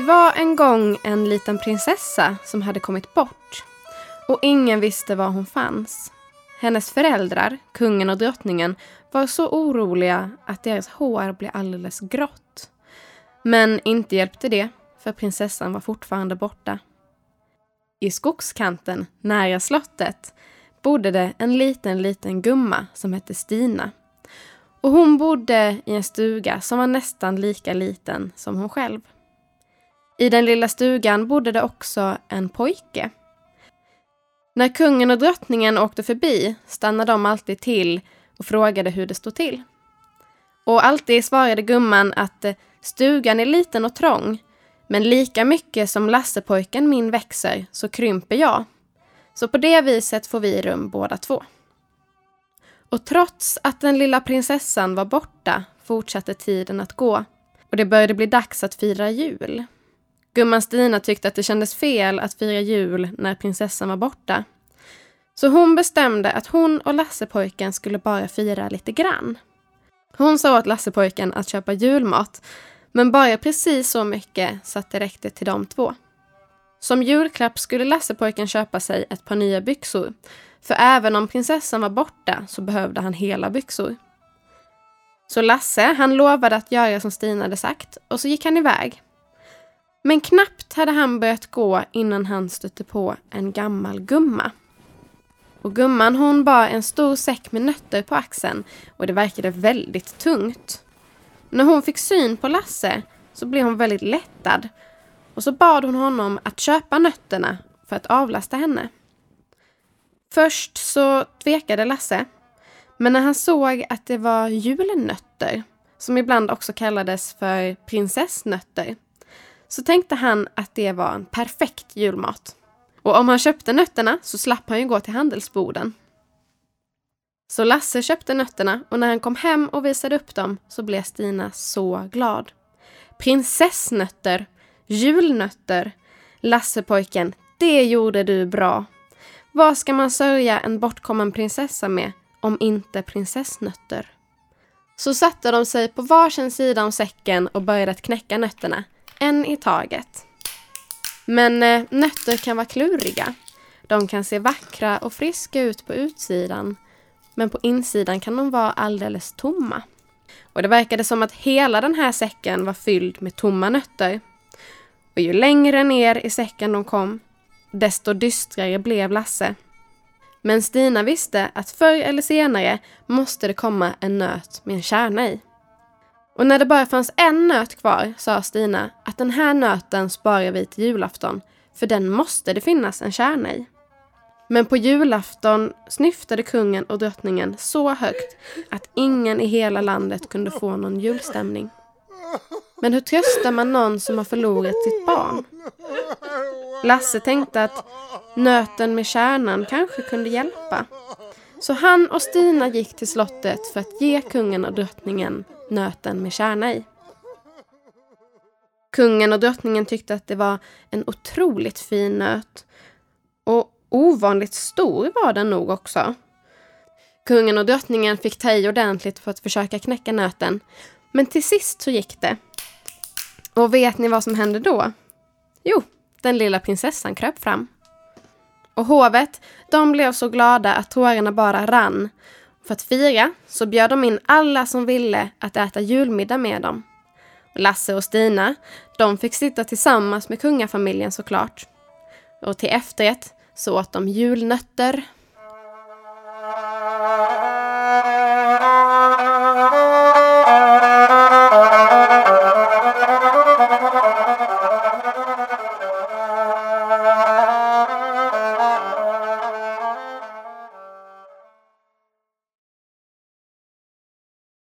var en gång en liten prinsessa som hade kommit bort och ingen visste var hon fanns. Hennes föräldrar, kungen och drottningen, var så oroliga att deras hår blev alldeles grått. Men inte hjälpte det, för prinsessan var fortfarande borta. I skogskanten, nära slottet, bodde det en liten gumma som hette Stina. Och hon bodde i en stuga som var nästan lika liten som hon själv. I den lilla stugan bodde det också en pojke. När kungen och drottningen åkte förbi stannade de alltid till och frågade hur det stod till. Och alltid svarade gumman att stugan är liten och trång, men lika mycket som Lassepojken min växer så krymper jag. Så på det viset får vi rum båda två. Och trots att den lilla prinsessan var borta fortsatte tiden att gå och det började bli dags att fira jul. Gumman Stina tyckte att det kändes fel att fira jul när prinsessan var borta. Så hon bestämde att hon och Lassepojken skulle bara fira lite grann. Hon sa åt Lassepojken att köpa julmat, men bara precis så mycket så att det räckte till de två. Som julklapp skulle Lassepojken köpa sig ett par nya byxor, för även om prinsessan var borta så behövde han hela byxor. Så Lasse, han lovade att göra som Stina hade sagt och så gick han iväg. Men knappt hade han börjat gå innan han stötte på en gammal gumma. Och gumman hon bar en stor säck med nötter på axeln och det verkade väldigt tungt. När hon fick syn på Lasse så blev hon väldigt lättad och så bad hon honom att köpa nötterna för att avlasta henne. Först så tvekade Lasse, men när han såg att det var julnötter, som ibland också kallades för prinsessnötter, så tänkte han att det var en perfekt julmat. Och om han köpte nötterna så slapp han ju gå till handelsboden. Så Lasse köpte nötterna och när han kom hem och visade upp dem så blev Stina så glad. Prinsessnötter, julnötter, Lassepojken, det gjorde du bra. Vad ska man sörja en bortkommen prinsessa med om inte prinsessnötter? Så satte de sig på varsin sida om säcken och började att knäcka nötterna, en i taget. Men nötter kan vara kluriga. De kan se vackra och friska ut på utsidan, men på insidan kan de vara alldeles tomma. Och det verkade som att hela den här säcken var fylld med tomma nötter. Och ju längre ner i säcken de kom, desto dystrare blev Lasse. Men Stina visste att förr eller senare måste det komma en nöt med en kärna i. Och när det bara fanns en nöt kvar sa Stina att den här nöten sparar vi till julafton, för den måste det finnas en kärna i. Men på julafton snyftade kungen och drottningen så högt att ingen i hela landet kunde få någon julstämning. Men hur tröstar man någon som har förlorat sitt barn? Lasse tänkte att nöten med kärnan kanske kunde hjälpa. Så han och Stina gick till slottet för att ge kungen och drottningen nöten med kärna i. Kungen och drottningen tyckte att det var en otroligt fin nöt. Och ovanligt stor var den nog också. Kungen och drottningen fick ta i ordentligt för att försöka knäcka nöten. Men till sist så gick det. Och vet ni vad som hände då? Jo, den lilla prinsessan kröp fram. Och hovet, de blev så glada att tårarna bara rann. För att fira så bjöd de in alla som ville att äta julmiddag med dem. Och Lasse och Stina, de fick sitta tillsammans med kungafamiljen såklart. Och till efterrätt så åt de julnötter,